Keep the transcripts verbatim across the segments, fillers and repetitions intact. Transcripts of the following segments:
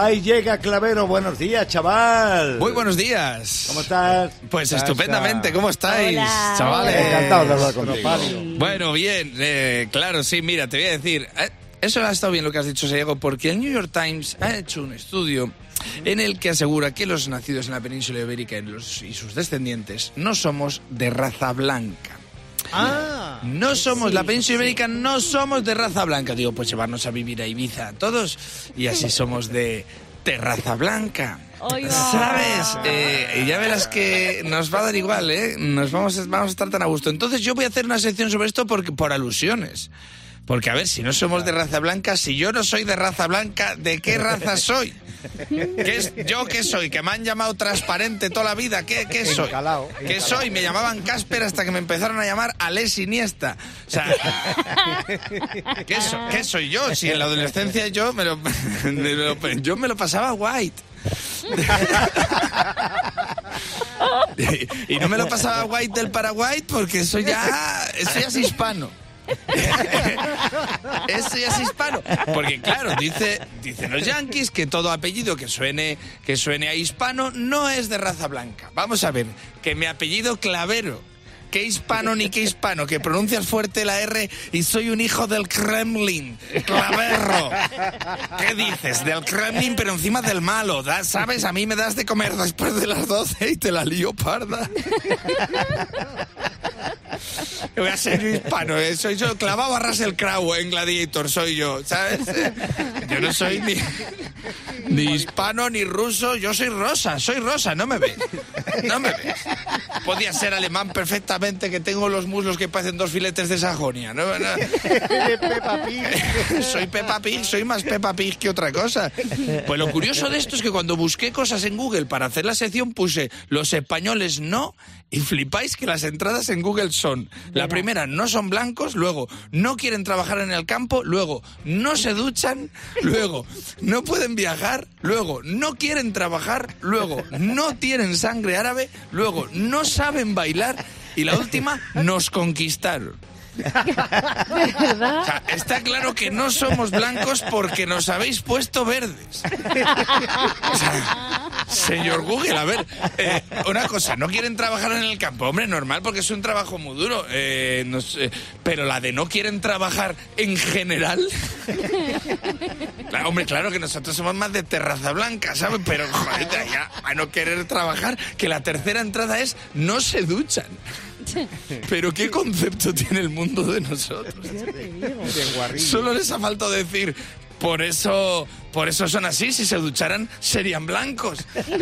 Ahí llega Clavero. Buenos días, chaval. Muy buenos días. ¿Cómo estás? Pues ¿Estás? estupendamente. ¿Cómo estáis, Hola. chavales? Encantado de hablar contigo. Bueno, bien. Eh, claro, sí, mira, te voy a decir... Eh, eso ha estado bien lo que has dicho, Diego, porque el New York Times ha hecho un estudio en el que asegura que los nacidos en la península ibérica y, los, y sus descendientes no somos de raza blanca. Ah, No somos, sí, la península sí. ibérica no somos de raza blanca. Digo, pues llevarnos a vivir a Ibiza todos y así somos de, de raza blanca. Oiga. ¿Sabes? Eh, ya verás que nos va a dar igual, ¿eh? Nos vamos a, vamos a estar tan a gusto. Entonces yo voy a hacer una sección sobre esto porque, por alusiones. Porque, a ver, si no somos de raza blanca, si yo no soy de raza blanca, ¿de qué raza soy? ¿Qué es, ¿Yo qué soy? ¿Que me han llamado transparente toda la vida? ¿Qué, qué soy? Encalao, ¿Qué encalao. soy? Me llamaban Casper hasta que me empezaron a llamar Alex Iniesta. O sea, ¿qué, so, ¿qué soy yo? Si en la adolescencia yo me lo, me lo, yo me lo pasaba white. Y, y no me lo pasaba white del Paraguay porque eso ya, eso ya es hispano. Eso ya es hispano. Porque claro, dice, dicen los yanquis que todo apellido que suene, que suene a hispano no es de raza blanca. Vamos a ver, que mi apellido Clavero, qué hispano ni qué hispano, que pronuncias fuerte la R y soy un hijo del Kremlin, Claverro. ¿Qué dices? Del Kremlin, pero encima del malo, ¿da? ¿Sabes? A mí me das de comer después de las doce y te la lío parda. Voy a ser hispano, ¿eh? Soy yo, clavado a Russell Crowe en Gladiator, soy yo, ¿sabes? Yo no soy ni, ni hispano ni ruso, yo soy rosa, soy rosa, no me ves, no me ves. Podía ser alemán perfectamente, que tengo los muslos que parecen dos filetes de Sajonia, ¿no? no. Peppa Pig. Soy Peppa Pig, soy más Peppa Pig que otra cosa. Pues lo curioso de esto es que cuando busqué cosas en Google para hacer la sección puse los españoles no, y flipáis que las entradas en Google son: la primera, no son blancos; luego, no quieren trabajar en el campo; luego, no se duchan; luego, no pueden viajar; luego, no quieren trabajar; luego, no tienen sangre árabe; luego, no saben bailar; y la última, nos conquistaron. ¿De verdad? O sea, está claro que no somos blancos porque nos habéis puesto verdes. O sea, señor Google, a ver, eh, una cosa, no quieren trabajar en el campo, hombre, normal, porque es un trabajo muy duro, eh, no sé, pero la de no quieren trabajar en general... Claro, hombre, claro que nosotros somos más de terraza blanca, ¿sabes? Pero, joder, ya, a no querer trabajar, que la tercera entrada es no se duchan. Pero ¿qué concepto tiene el mundo de nosotros? Solo les ha faltado decir, por eso, por eso son así, si se ducharan serían blancos.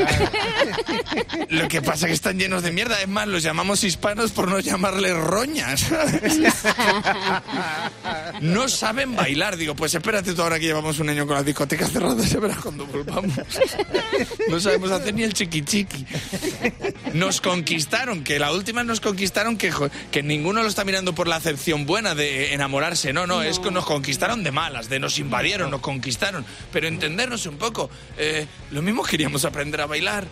Lo que pasa es que están llenos de mierda, es más, los llamamos hispanos por no llamarles roñas, ¿sabes? No saben bailar, digo, pues espérate tú ahora que llevamos un año con las discotecas cerradas, ya verás cuando volvamos. No sabemos hacer ni el chiqui chiqui. Nos conquistaron, que la última nos conquistaron, que, que ninguno lo está mirando por la acepción buena de enamorarse, no, no, no, es que nos conquistaron de malas, de nos invadieron, nos conquistaron, pero entendernos un poco, eh, lo mismo queríamos aprender a bailar.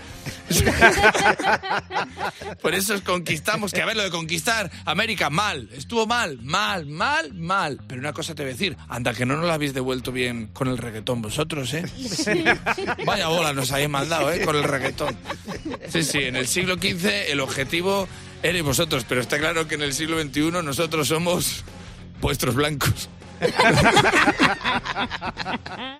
Por eso os conquistamos, que a ver, lo de conquistar América, mal, estuvo mal, mal, mal, mal, pero una cosa te voy a decir, anda que no nos la habéis devuelto bien con el reggaetón vosotros, ¿eh? Vaya bola nos habéis mandado, ¿eh? Con el reggaetón. Sí, sí, en el siglo quince el objetivo erais vosotros, pero está claro que en el siglo veintiuno nosotros somos vuestros blancos.